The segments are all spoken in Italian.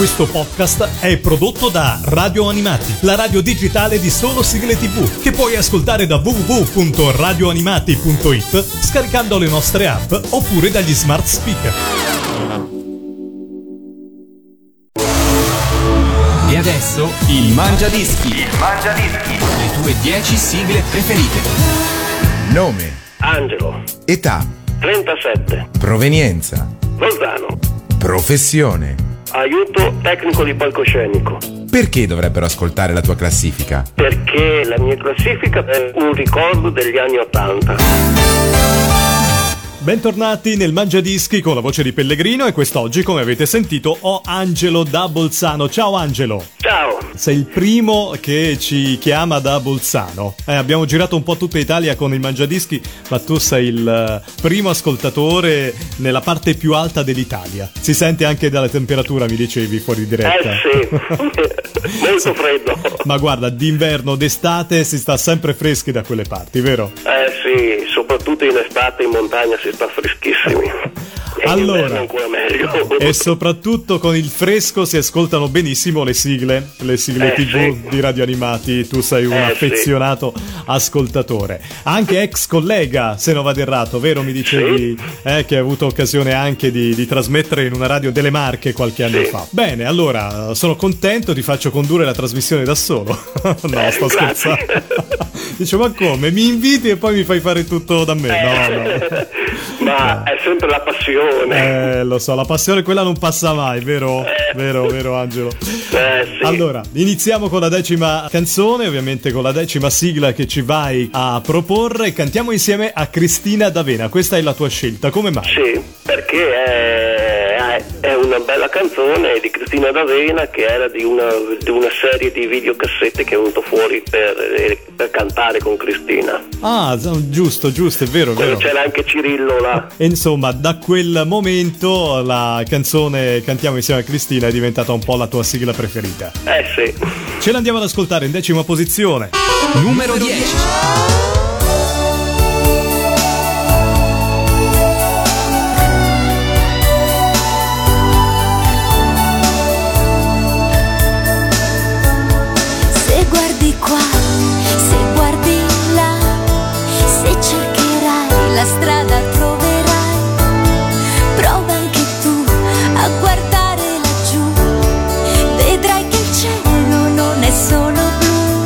Questo podcast è prodotto da Radio Animati, la radio digitale di solo sigle TV, che puoi ascoltare da www.radioanimati.it scaricando le nostre app oppure dagli smart speaker. E adesso il Mangiadischi. Le tue 10 sigle preferite. Nome. Angelo. Età. 37. Provenienza. Bolzano. Professione. Aiuto tecnico di palcoscenico. Perché dovrebbero ascoltare la tua classifica? Perché la mia classifica è un ricordo degli anni '80. Bentornati nel Mangiadischi con la voce di Pellegrino e quest'oggi, come avete sentito, ho Angelo da Bolzano. Ciao Angelo! Ciao! Sei il primo che ci chiama da Bolzano. Abbiamo girato un po' tutta Italia con il Mangiadischi, ma tu sei il primo ascoltatore nella parte più alta dell'Italia. Si sente anche dalla temperatura, mi dicevi, fuori diretta. Sì, molto freddo. Ma guarda, d'inverno, d'estate si sta sempre freschi da quelle parti, vero? Sì, soprattutto in estate in montagna si sta freschissimi. E allora, ancora meglio. E soprattutto con il fresco si ascoltano benissimo le sigle TV sì. di Radio Animati. Tu sei un affezionato ascoltatore, anche ex collega, se non vado errato, vero? Mi dicevi che hai avuto occasione anche di trasmettere in una radio delle Marche qualche anno fa. Bene, allora sono contento, ti faccio condurre la trasmissione da solo. No, sto scherzando. Dice, ma come? Mi inviti e poi mi fai fare tutto da me? No. Ma è sempre la passione. Lo so, la passione quella non passa mai, vero? Vero Angelo? Sì. Allora, iniziamo con la 10ª canzone, ovviamente con la 10ª sigla che ci vai a proporre. Cantiamo insieme a Cristina D'Avena. Questa è la tua scelta, come mai? Sì, perché è una bella canzone di Cristina D'Avena, che era di una serie di videocassette che è venuto fuori per cantare con Cristina. Ah, giusto, è vero. C'era anche Cirillo là. E insomma, da quel momento la canzone Cantiamo insieme a Cristina è diventata un po' la tua sigla preferita. Sì. Ce l'andiamo ad ascoltare in 10ª posizione. Numero 10. La strada troverai, prova anche tu a guardare laggiù, vedrai che il cielo non è solo blu.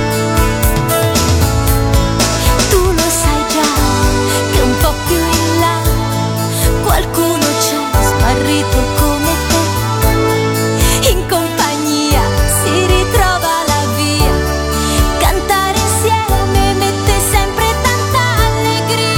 Tu lo sai già che un po' più in là qualcuno c'è smarrito come te, in compagnia si ritrova la via, cantare insieme mette sempre tanta allegria.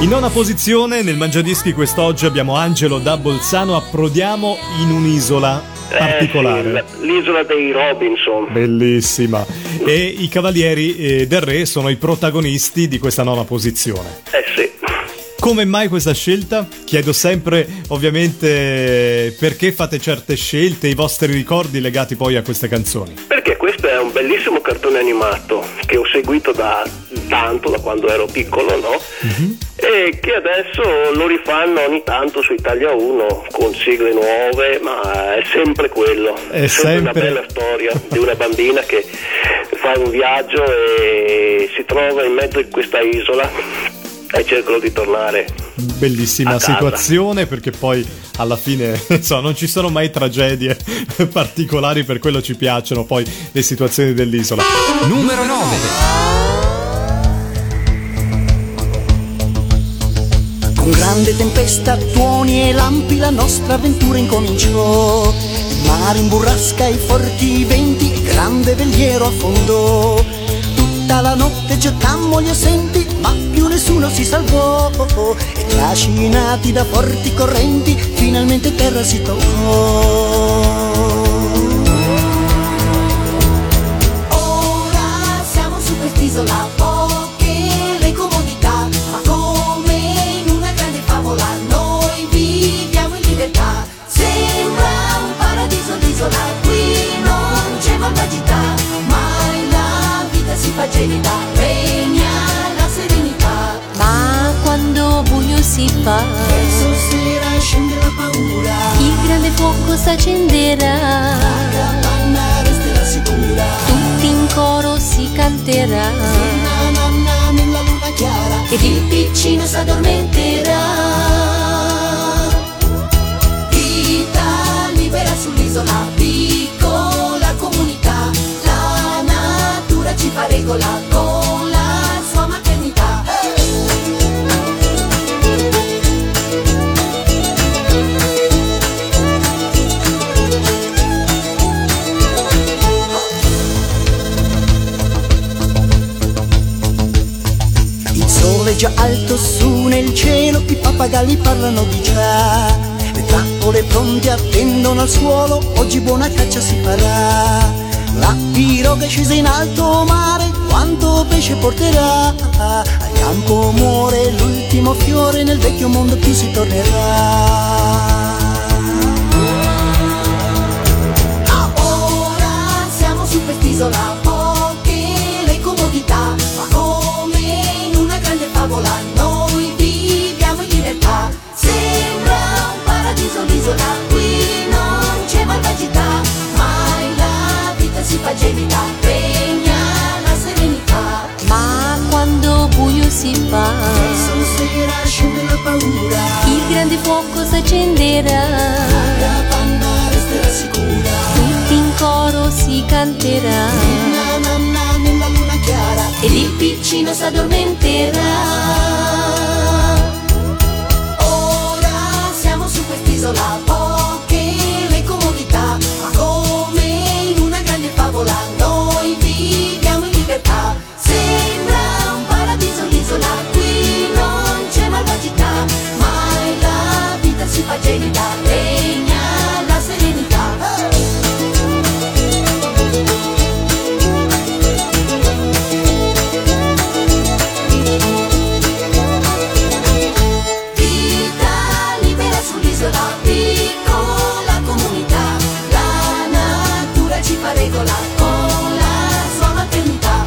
nona posizione nel Mangiadischi quest'oggi abbiamo Angelo da Bolzano. Approdiamo in un'isola particolare, sì, l'isola dei Robinson. Bellissima. E i Cavalieri del Re sono i protagonisti di questa nona posizione. Sì. Come mai questa scelta? Chiedo sempre, ovviamente, perché fate certe scelte, i vostri ricordi legati poi a queste canzoni. Perché questo è un bellissimo cartone animato che ho seguito da quando ero piccolo, no? Mm-hmm. E che adesso lo rifanno ogni tanto su Italia 1 con sigle nuove, ma è sempre quello. È sempre una bella storia di una bambina che fa un viaggio e si trova in mezzo a questa isola e cercano di tornare. Bellissima situazione, perché poi alla fine insomma, non ci sono mai tragedie particolari, per quello ci piacciono poi le situazioni dell'isola. Numero 9. Con grande tempesta, tuoni e lampi la nostra avventura incominciò. Il mare in burrasca, i forti venti, il grande veliero affondò. Tutta la notte gettammo gli assenti, ma più nessuno si salvò. E trascinati da forti correnti, finalmente terra si toccò. Ora siamo su quest'isola, poche le comodità, ma come in una grande favola noi viviamo in libertà. Sembra un paradiso l'isola, qui non c'è malvagità, mai la vita si fa gelida, regna la serenità. Ma quando buio si fa, Verso sera scende la paura, il grande fuoco s'accenderà, la capanna resterà sicura. tutti in coro si canterà, Na na na nella luna chiara, ed il piccino s'addormenterà. Vita libera sull'isola, piccola comunità, la natura ci fa regola con la sua maternità. il sole già alto su nel cielo, i pappagalli parlano di già. Le trappole pronte attendono al suolo, oggi buona caccia si farà. La piroga è scesa in alto mare, quanto pesce porterà. Al campo muore l'ultimo fiore, nel vecchio mondo più si tornerà. Ora siamo su quest'isola, poche le comodità, ma come in una grande favola noi viviamo in libertà. Sembra un paradiso l'isola, qui non c'è malvagità, mai la vita si fa gelida, regna la serenità. Ma quando buio si fa, Verso sera scende la paura, il grande fuoco s'accenderà, la capanna resterà sicura. tutti in coro si canterà, Na na na nella luna chiara, ed il piccino s'addormenterà. Ora siamo su quest'isola, poche le comodità, ma come in una grande favola noi viviamo in libertà. Sembra un paradiso l'isola, qui non c'è malvagità, mai la vita si fa gelida, regna la serenità. Vita libera sull'isola, piccola comunità, la natura ci fa regola con la sua maternità.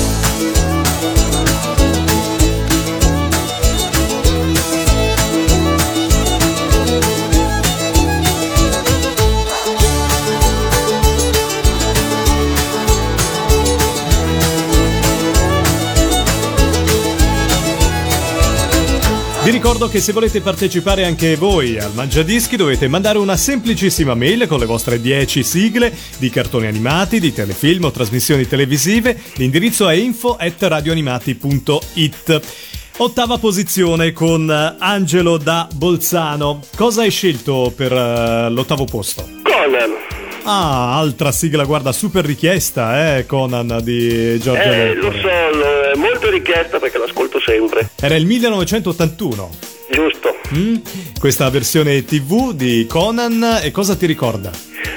Vi ricordo che se volete partecipare anche voi al Mangiadischi dovete mandare una semplicissima mail con le vostre 10 sigle di cartoni animati, di telefilm o trasmissioni televisive. L'indirizzo è info@radioanimati.it. Ottava posizione con Angelo da Bolzano. Cosa hai scelto per l'ottavo posto? Conan. Ah, altra sigla, guarda, super richiesta, Conan di Giorgio Leone. Lo so, molto richiesta perché l'ascolto sempre. Era il 1981. Giusto. Questa versione TV di Conan, e cosa ti ricorda?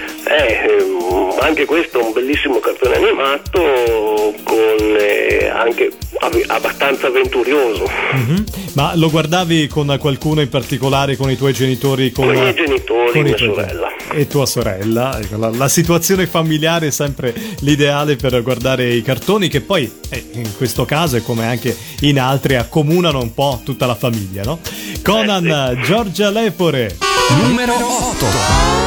Anche questo è un bellissimo cartone animato con anche abbastanza avventuroso. Ma lo guardavi con qualcuno in particolare, con i tuoi genitori? Con i miei genitori e mia sorella. E tua sorella. La situazione familiare è sempre l'ideale per guardare i cartoni, che poi in questo caso e come anche in altri accomunano un po' tutta la famiglia, no? Conan, sì. Giorgia Lepore. Numero 8.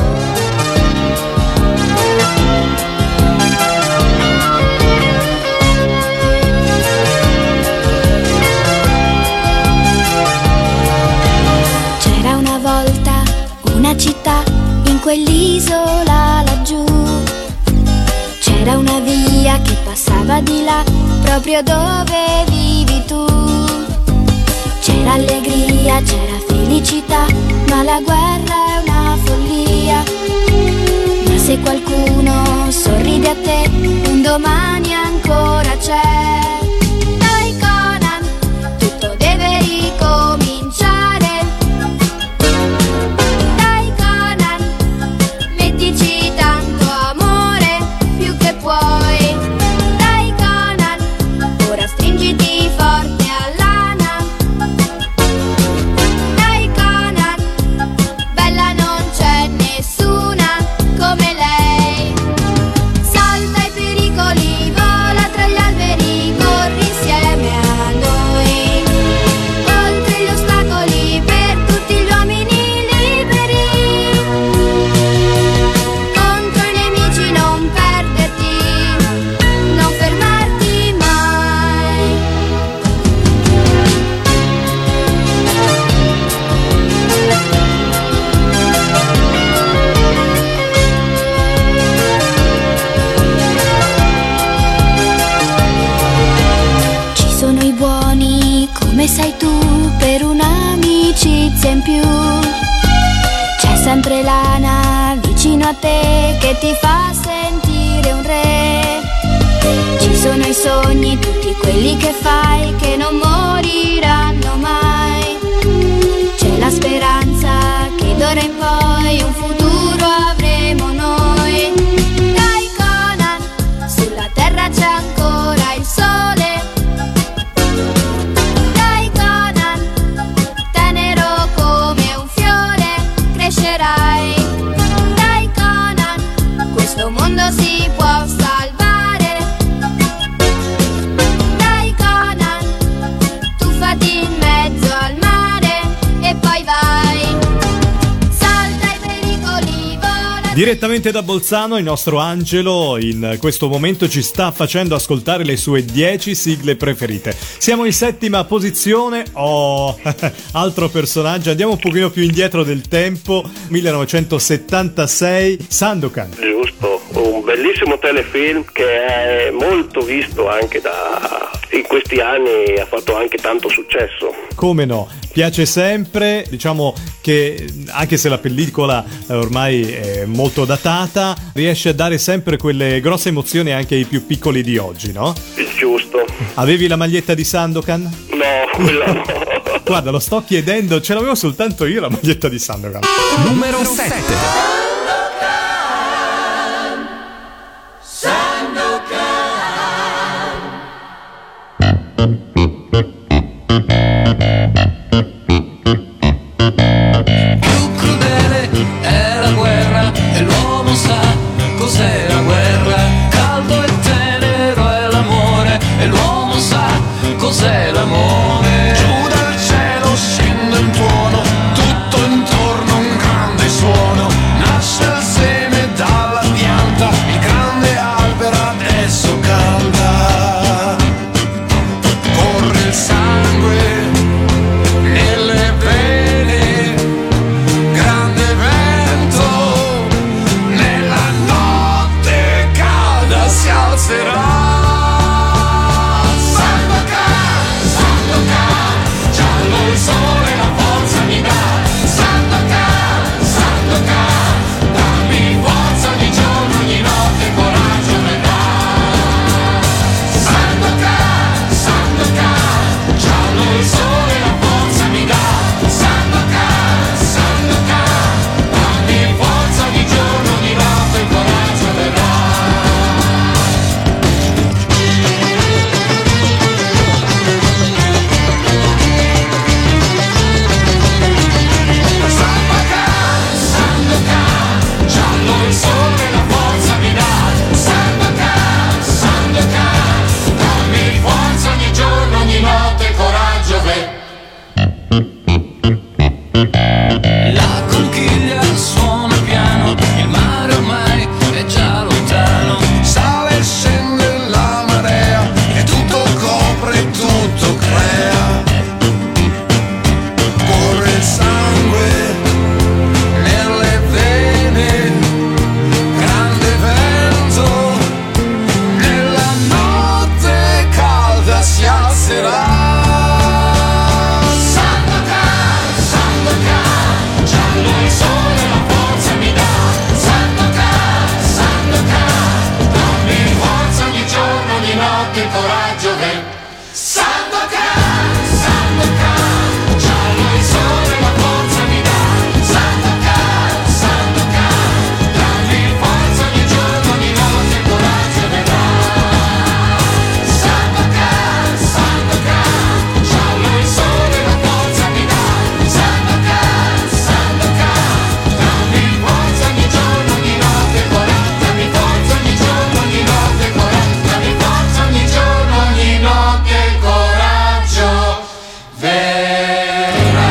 Una città in quell'isola laggiù, c'era una via che passava di là, proprio dove vivi tu. C'era allegria, c'era felicità, ma la guerra è una follia. Ma se qualcuno sorride a te, un domani ancora c'è. Dai Conan, tutto deve ricominciare. Dai Conan, ora stringiti forte all'ana. Dai Conan, bella non c'è nessuna come lei. Salta i pericoli, vola tra gli alberi, corri insieme a noi. Oltre gli ostacoli per tutti gli uomini liberi. Contro i nemici non perderti, non fermarti mai. Ci sono i buoni, come sai tu, per un'amicizia in più. C'è sempre l'ana vicino a te che ti fa sentire un re. Ci sono i sogni, tutti quelli che fai, che non moriranno mai. C'è la speranza che d'ora in poi un futuro avremo noi. Dai Conan, sulla terra c'è ancora il sole. Dai Conan, tenero come un fiore crescerai. Dai Conan, questo mondo si può salvare. Dai Conan, tuffati in mezzo al mare e poi vai. Salta i pericoli, vola. Direttamente da Bolzano il nostro Angelo in questo momento ci sta facendo ascoltare le sue 10 sigle preferite. Siamo in 7ª posizione. Altro personaggio, andiamo un pochino più indietro del tempo. 1976, Sandokan. Giusto, un bellissimo telefilm che è molto visto anche in questi anni, ha fatto anche tanto successo. Come no, piace sempre, diciamo che anche se la pellicola ormai è molto datata, riesce a dare sempre quelle grosse emozioni anche ai più piccoli di oggi, no? Giusto. Avevi la maglietta di Sandokan? No, quella no. Guarda, lo sto chiedendo, ce l'avevo soltanto io la maglietta di Sandokan. Numero 7. Nella ormai è già lontano. Sale e scende la marea e tutto copre, tutto crea. Corre il sangue nelle vene, grande vento, nella notte calda si alzerà. Che coraggio ven Sandokan, Sandokan, giallo il sole la forza mi dà. Sandokan, Sandokan, dammi forza ogni giorno, ogni notte il coraggio verrà. Sandokan, Sandokan, giallo il sole la forza mi dà. Sandokan, Sandokan, dammi forza ogni giorno, ogni notte il coraggio, dammi forza ogni giorno, ogni notte il coraggio. Ogni giorno, ogni notte il coraggio verrà.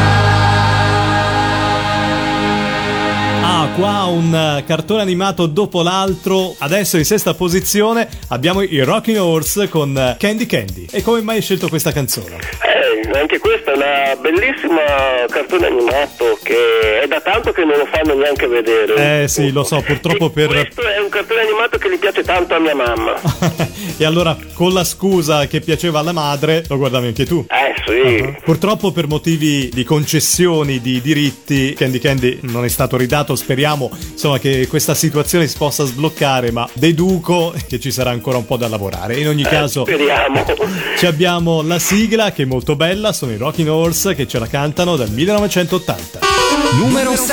Ah, qua un cartone animato dopo l'altro. Adesso in sesta posizione abbiamo i Rocking Horse con Candy Candy. E come mai hai scelto questa canzone? Anche questa è una bellissima cartone animato che è da tanto che non lo fanno neanche vedere. Sì, lo so, purtroppo Questo è un cartone animato che gli piace tanto a mia mamma. E allora, con la scusa che piaceva alla madre, lo guardavi anche tu. Sì. Purtroppo per motivi di concessioni di diritti Candy Candy non è stato ridato. Speriamo insomma che questa situazione si possa sbloccare, ma deduco che ci sarà ancora un po' da lavorare. In ogni caso speriamo. Ci abbiamo la sigla che è molto bella, sono i Rocking Horse che ce la cantano dal 1980. Numero 6.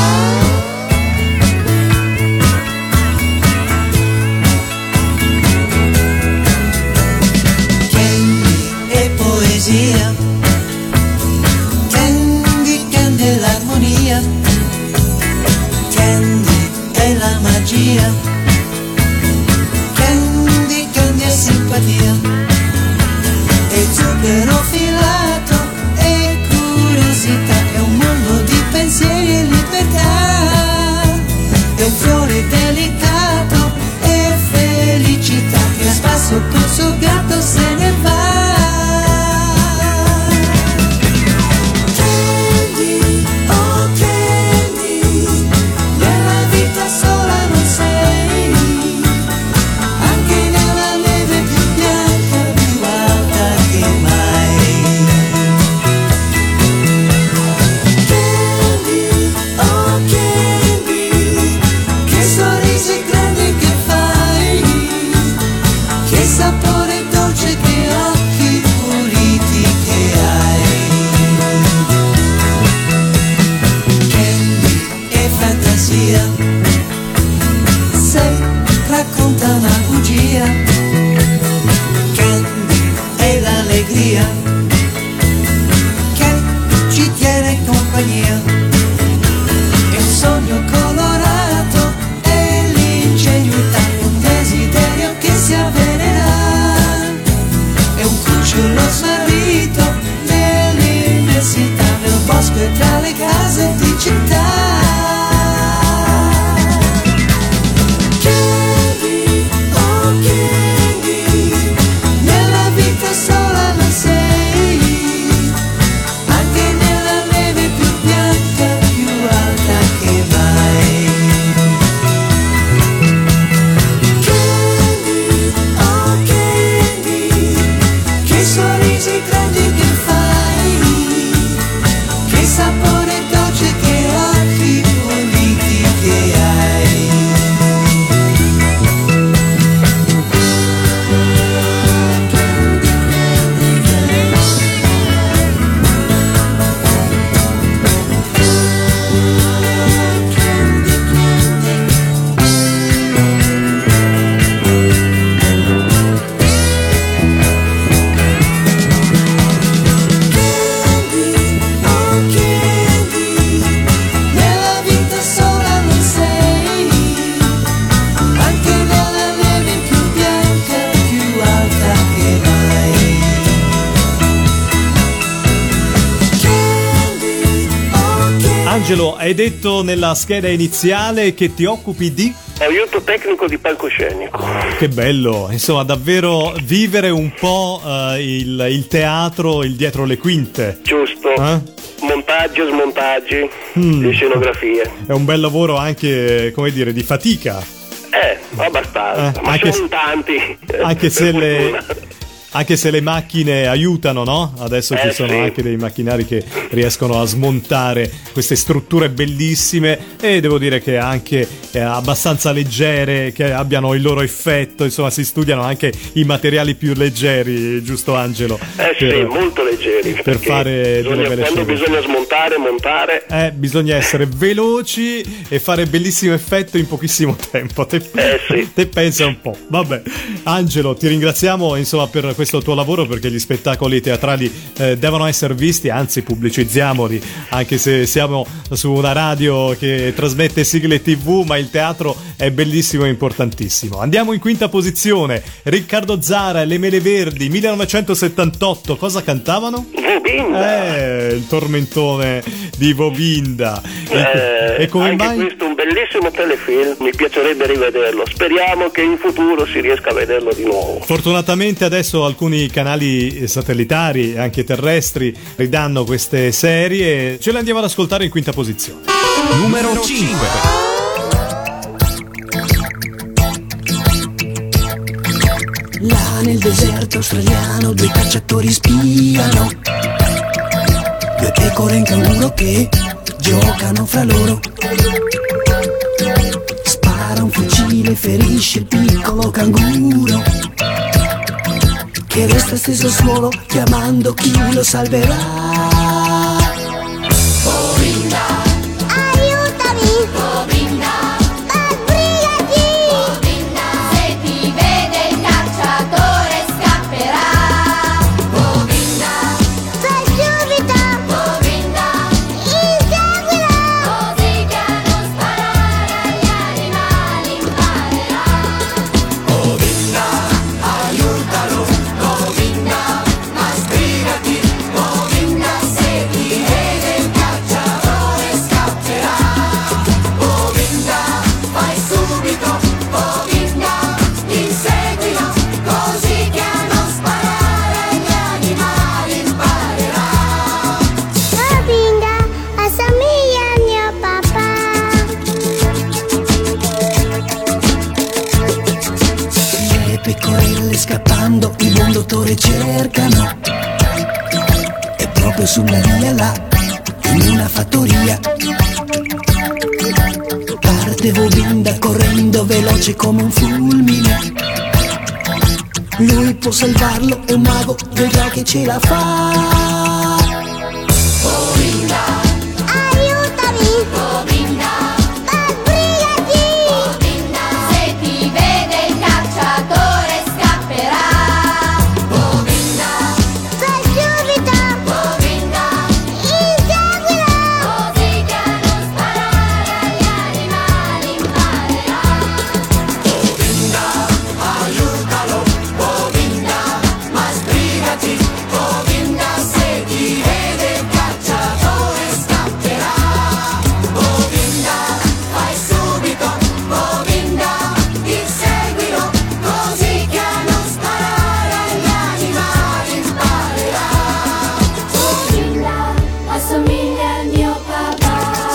Poesia, Candy Candy è l'armonia, Candy è la magia, Candy Candy è simpatia, è zucchero filato, è curiosità, è un mondo di pensieri e libertà, è un fiore delicato, è felicità, che a spasso col suo gatto se ne va. Che ci tiene compagnia, è un sogno colorato, è l'ingenuità, è un desiderio che si avvererà, è un cucciolo smarrito nell'immensità, nel bosco e tra le case di città. Candy, Angelo, hai detto nella scheda iniziale che ti occupi di? Aiuto tecnico di palcoscenico. Che bello, insomma, davvero vivere un po' il teatro, il dietro le quinte. Giusto. Montaggio, smontaggi, di scenografie. È un bel lavoro anche, come dire, di fatica. Abbastanza. Ma Anche siamo in tanti. Anche se le macchine aiutano, no? Adesso ci sono sì. anche dei macchinari che riescono a smontare queste strutture bellissime, e devo dire che anche abbastanza leggere, che abbiano il loro effetto, insomma si studiano anche i materiali più leggeri, giusto Angelo? Sì, molto leggeri. Per fare delle belle quando scene. bisogna smontare, montare. Bisogna essere veloci e fare bellissimo effetto in pochissimo tempo. Te pensa un po'. Vabbè, Angelo, ti ringraziamo insomma per questo tuo lavoro, perché gli spettacoli teatrali devono essere visti, anzi pubblicizziamoli, anche se siamo su una radio che trasmette sigle TV, ma il teatro è bellissimo e importantissimo. Andiamo in quinta posizione, Riccardo Zara, Le Mele Verdi, 1978, cosa cantavano? Vobinda! Il tormentone di Vobinda. E come anche mai? questo è un bellissimo telefilm, mi piacerebbe rivederlo, speriamo che in futuro si riesca a vederlo di nuovo. Fortunatamente adesso alcuni canali satellitari e anche terrestri ridanno queste serie, ce le andiamo ad ascoltare in quinta posizione. Numero 5. Là nel deserto australiano due cacciatori spiano due pecore in canguro che giocano fra loro. Spara un fucile, ferisce il piccolo canguro che resta steso al suolo chiamando chi lo salverà. Bobinda, aiutami! Bobinda, sbrigati! Bobinda, se ti vede il cacciatore scapperà. Bobinda, fai subito! Bobinda, inseguila! Così che a non sparare agli animali imparerà. Bobinda, aiutalo, Bobinda, ma sbrigati, Bobinda, se ti vede il cacciatore scapperà. Bobinda, fai subito, Bobinda, inseguilo, così che a non sparare agli animali imparerà. Bobinda, assomiglia a mio papà. Le pecorelle scappando il buon dottore cercano, e proprio sulla via là, in una fattoria, parte Bobinda correndo veloce come un fulmine. Lui può salvarlo, è un mago, vedrà che ce la fa. Aiutami! Bobinda, sbrigati! Bobinda, se ti vede il cacciatore scapperà. Bobinda, fai subito! Bobinda, inseguila! Così che a non sparare agli animali imparerà. Bobinda, aiutalo, Bobinda, ma sbrigati, Bobinda, se ti vede il cacciatore scapperà. Bobinda, fai subito, Bobinda, inseguilo, così che a non sparare agli animali imparerà. Bobinda, assomiglia al mio papà.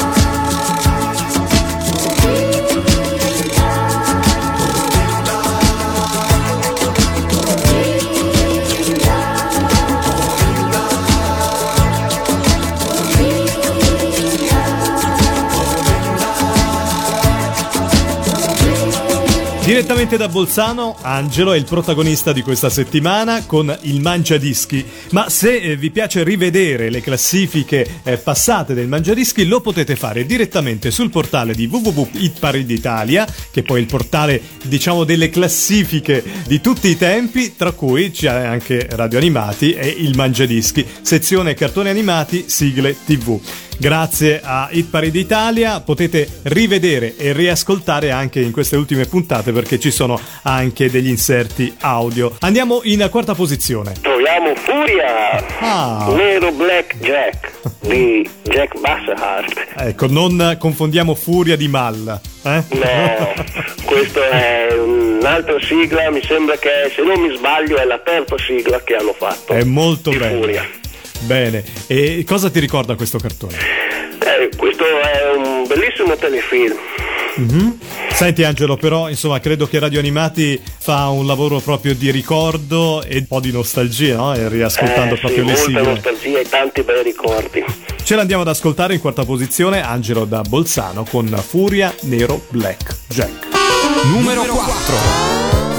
Direttamente da Bolzano, Angelo è il protagonista di questa settimana con il Mangiadischi. Ma se vi piace rivedere le classifiche passate del Mangiadischi, lo potete fare direttamente sul portale di www.hitparaditalia, che poi è il portale, diciamo, delle classifiche di tutti i tempi, tra cui c'è anche Radio Animati e il Mangiadischi, sezione cartoni animati, sigle TV. grazie a Hit Parade Italia potete rivedere e riascoltare anche in queste ultime puntate, perché ci sono anche degli inserti audio. Andiamo in quarta posizione. Troviamo Furia, Nero Black Jack di Jack Bassehart. Ecco, non confondiamo Furia di Mal. No, questo è un'altra sigla, mi sembra che, se non mi sbaglio, è la terza sigla che hanno fatto. È molto bello. Furia. Bene, e cosa ti ricorda questo cartone? Questo è un bellissimo telefilm. Senti Angelo, però insomma credo che Radio Animati fa un lavoro proprio di ricordo e un po' di nostalgia, no? E riascoltando proprio le sigle. Molta nostalgia e tanti bei ricordi. Ce l'andiamo ad ascoltare in quarta posizione, Angelo da Bolzano con Furia Nero Black Jack. Numero 4.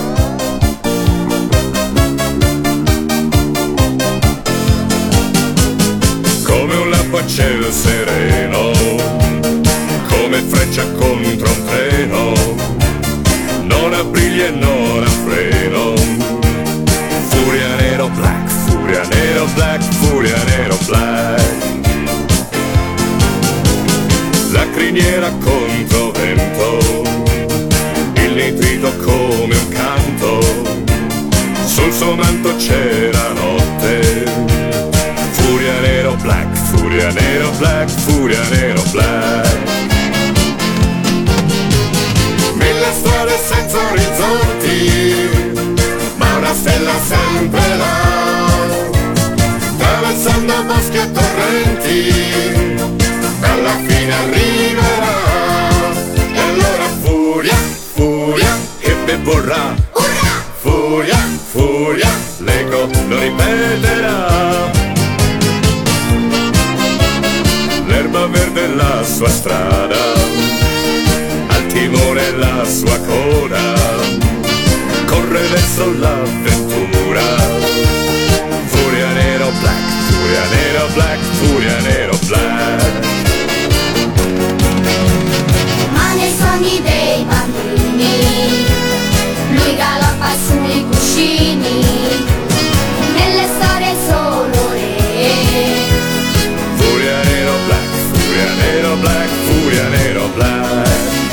Come un lappacello sereno, come freccia contro un treno, non ha briglie e non ha freno. Furia nero black, furia nero black, furia nero black. La criniera contro vento, il nitrito come un canto, sul suo manto c'era notte. Furia nero black, furia nero black, furia nero black. Mille strade senza orizzonti, ma una stella sempre là, attraversando boschi e torrenti, alla fine arriverà. E allora furia, furia, che ben vorrà. Furia, furia, l'eco lo ripeterà. L'erba verde la sua strada, al timone la sua coda, corre verso l'avventura. Furia nero black, furia nero black, furia nero black. Ma nei sogni dei bambini lui galoppa sui cuscini, nelle storie solo re. Furia nero black, furia nero black, furia nero black.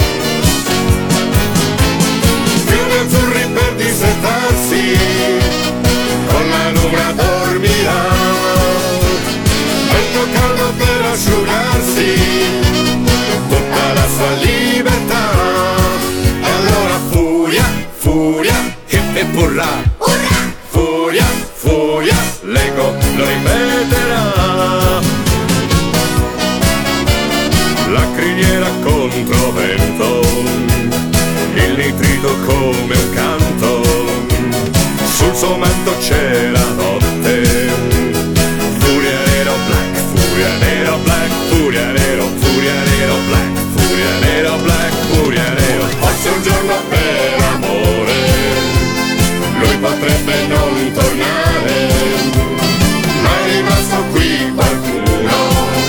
Fiumi azzurri per dissetarsi, con la nuvola dormirà, vento caldo per asciugarsi, tutta la sua libertà. E allora furia, furia, e burrà. Furia, furia, l'eco lo ripeterà. La criniera contro vento, il nitrito come un canto, sul suo manto c'è la notte. Furia nero black, furia nero black, furia nero, furia nero black, furia nero black, furia nero. Forse un giorno per amore lui potrebbe non tornare, ma è rimasto qui qualcuno.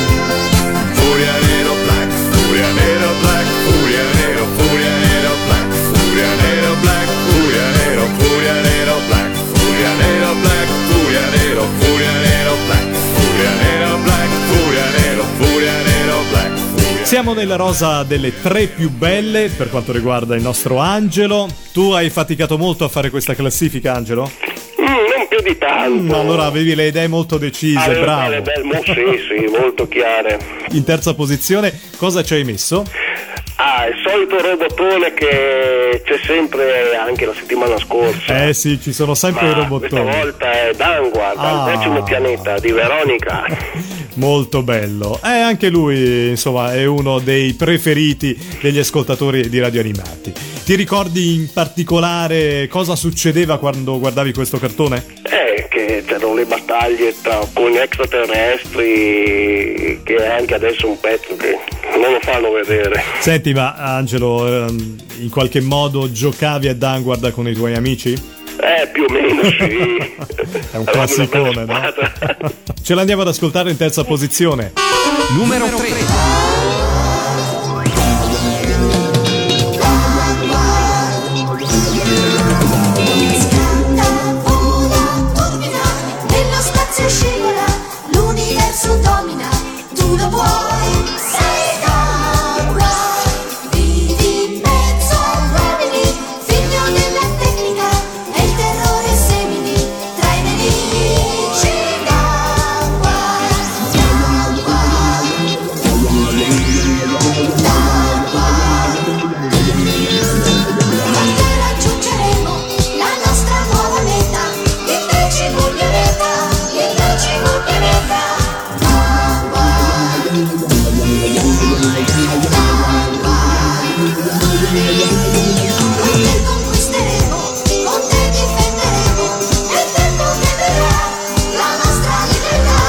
Furia nero black, furia nero black, furia nero, furia nero black, furia nero black, furia nero, furia nero black, furia nero black, furia nero, furia nero black, furia nero black, furia nero, furia nero black. Siamo nella rosa delle tre più belle per quanto riguarda il nostro Angelo. Tu hai faticato molto a fare questa classifica, Angelo? Non più di tanto. Allora avevi le idee molto decise, bravo. Sì, molto chiare. In terza posizione cosa ci hai messo? Il solito robottone che c'è sempre anche la settimana scorsa. Sì, ci sono sempre i robottoni. Questa volta è Danguard, al 10° pianeta di Veronica. Molto bello. Anche lui, insomma, è uno dei preferiti degli ascoltatori di Radio Animati. Ti ricordi in particolare cosa succedeva quando guardavi questo cartone? Che c'erano le battaglie con gli extraterrestri, che è anche adesso un pezzo che non lo fanno vedere. Senti, ma Angelo, in qualche modo giocavi a Danguard con i tuoi amici? Più o meno sì. È un classicone, no? Ce l'andiamo ad ascoltare in terza posizione. Numero 3. Scivola, l'universo domina, tu lo puoi. te conquisteremo, con te difenderemo, e il tempo che verrà, la nostra libertà.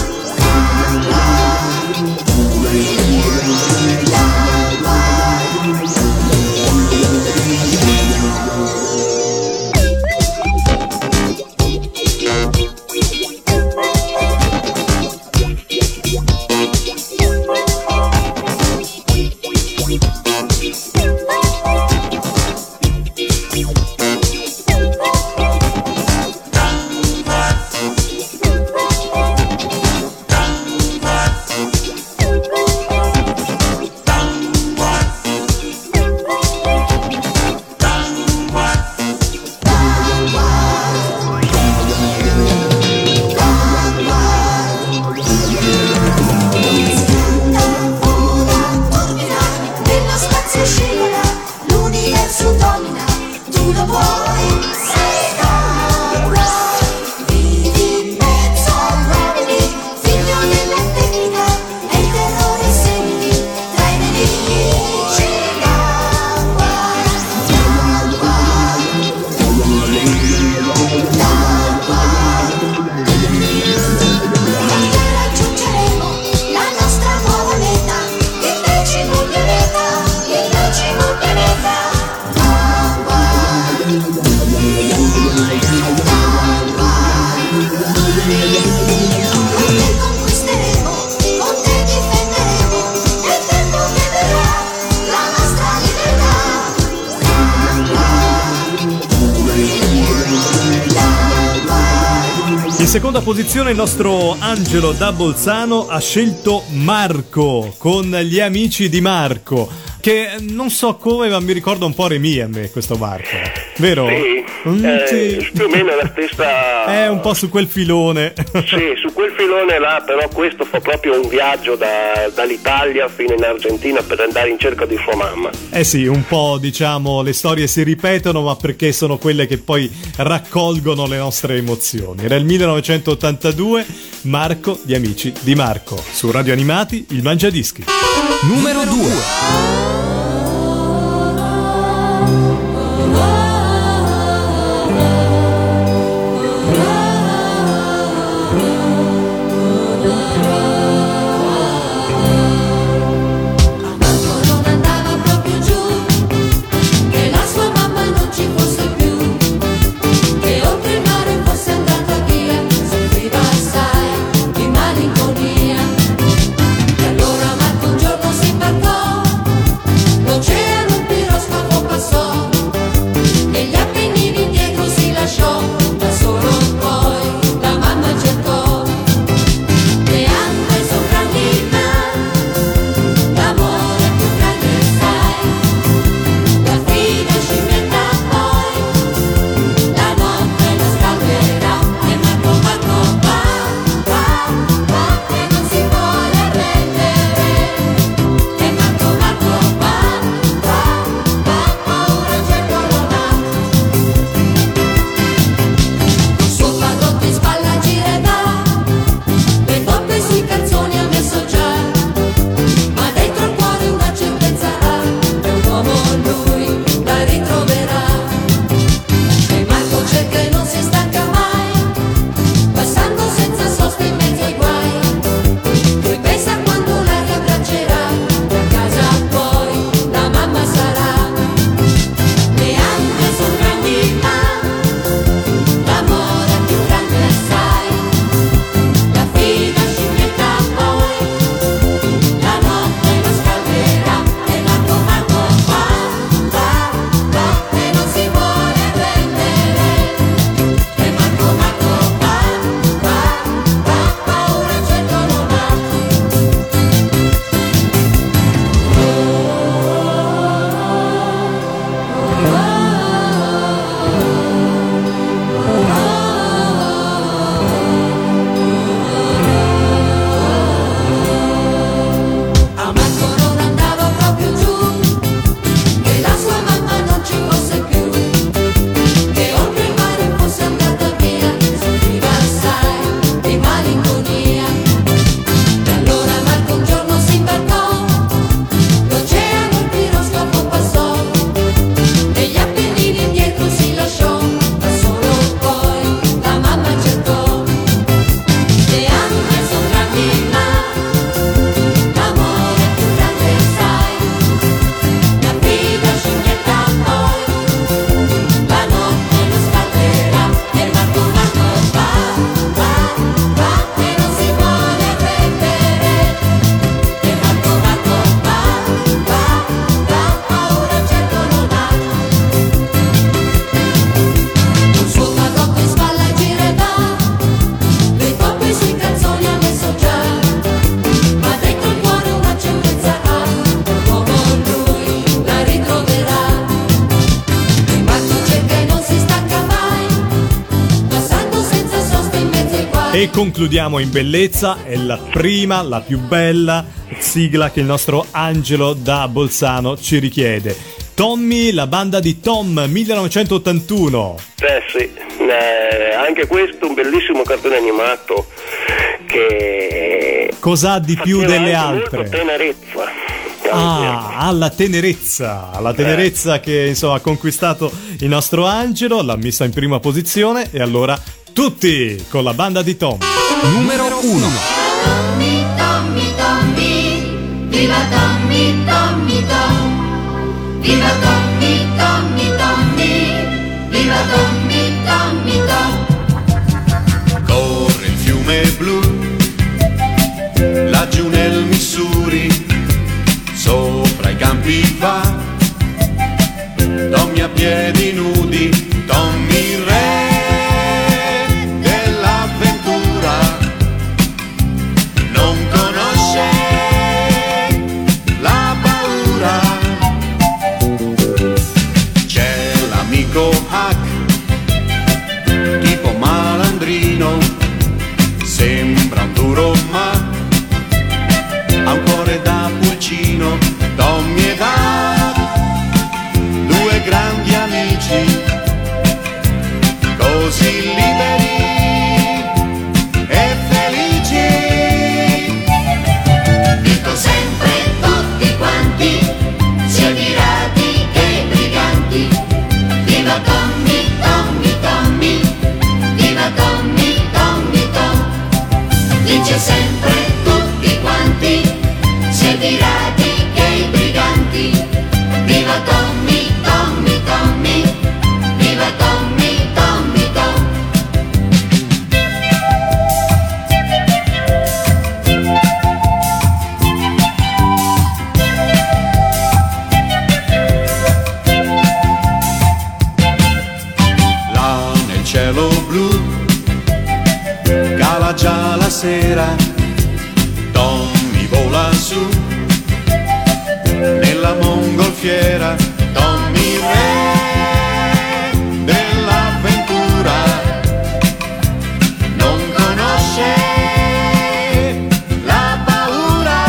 Nello spazio scivola, l'universo domina, tu lo vuoi, sei come vuoi. Vivi in mezzo a uomini, figlio della tecnica, e il terrore semini, tra i nemici raggiungeremo la nostra nuova meta, il decimo pianeta. Con te conquisteremo, con te difenderemo, e il tempo che verrà, la nostra libertà. In seconda posizione il nostro Angelo da Bolzano ha scelto Marco con Gli amici di Marco, che non so come ma mi ricorda un po' Remì a me questo Marco, vero? Sì, Sì. più o meno la stessa. È un po' su quel filone. Sì, su quel filone là, però questo fa proprio un viaggio dall'Italia fino in Argentina per andare in cerca di sua mamma. Eh sì, un po' diciamo le storie si ripetono, ma perché sono quelle che poi raccolgono le nostre emozioni. Era il 1982, Marco, Gli amici di Marco. Su Radio Animati, il Mangiadischi. Numero 2. Non andava proprio giù, che la sua mamma non ci fosse più, che oltre il mare fosse andata via, soffriva assai di malinconia. E allora Marco un giorno si imbarcò E concludiamo in bellezza, è la prima, la più bella sigla che il nostro Angelo da Bolzano ci richiede. Tommy, la banda di Tom, 1981. Sì, anche questo un bellissimo cartone animato che Cos'ha di più faceva delle anche altre? molto tenerezza. Alla tenerezza che insomma ha conquistato il nostro Angelo, l'ha messa in prima posizione e allora tutti con la banda di Tom. Numero 1. Tommy, Tommy, Tommy, viva Tommy, Tommy, Tom. Viva Tommy, Tommy, Tommy, viva Tommy, Tommy, Tom. Corre il fiume blu, laggiù nel Missouri, sopra i campi va, Tommy a piedi nudi, Tommy re dell'avventura, non conosce la paura, c'è l'amico Huck, tipo malandrino, sembra un duro ma ha un cuore da pulcino. Tommy ed Huck, due grandi amici, così liberi e felici. Dico sempre tutti quanti, sia pirati che briganti. Viva Tommy, Tommy, Tommy, viva Tommy, Tommy, Tom. Dice sempre tutti quanti, sia pirati che briganti. Viva Tommy, Tommy, Tommy, viva Tommy, Tommy, Tom. Là nel cielo blu cala già la sera, Tommy vola su nella mongolfiera, Tommy re dell'avventura, non conosce la paura.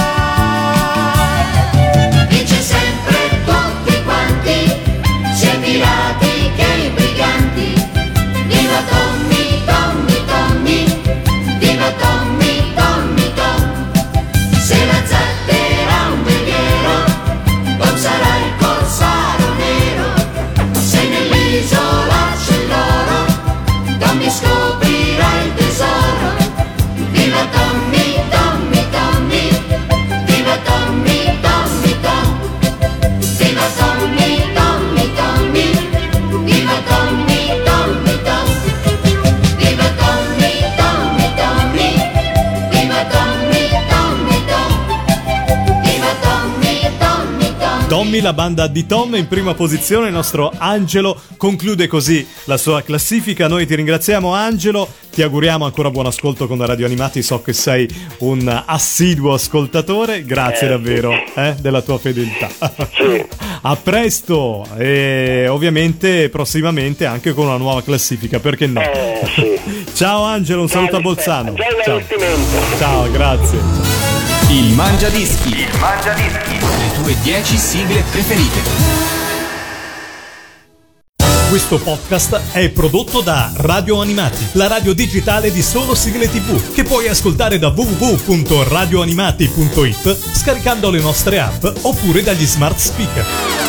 Dice sempre tutti quanti, sia pirati che briganti. Viva Tommy, Tommy, Tommy, viva Tommy, Tommy, Tom. Se la zattera un veliero, Tom sarà il corsaro nero. Se nell'isola c'è l'oro, Tommy scoprirà il tesoro. Viva Tommy, Tommy, Tommy, viva Tommy, Tommy, Tom. Viva Tommy, Tommy, Tommy, viva Tommy, Tommy, Tom. Viva Tommy, Tommy, Tommy, viva Tommy, Tommy, Tom. Viva Tommy, Tommy, Tommy. Tommy, la banda di Tom, in prima posizione. Il nostro Angelo conclude così la sua classifica. Noi ti ringraziamo, Angelo, ti auguriamo ancora buon ascolto con la Radio Animati. So che sei un assiduo ascoltatore, grazie davvero della tua fedeltà. Sì. A presto e ovviamente prossimamente anche con una nuova classifica, perché no? Sì. Ciao Angelo, un saluto a Bolzano. Già in Ciao. allestimento. Ciao, grazie. Il Mangiadischi. Le tue 10 sigle preferite. Questo podcast è prodotto da Radio Animati, la radio digitale di solo sigle TV, che puoi ascoltare da www.radioanimati.it scaricando le nostre app oppure dagli smart speaker.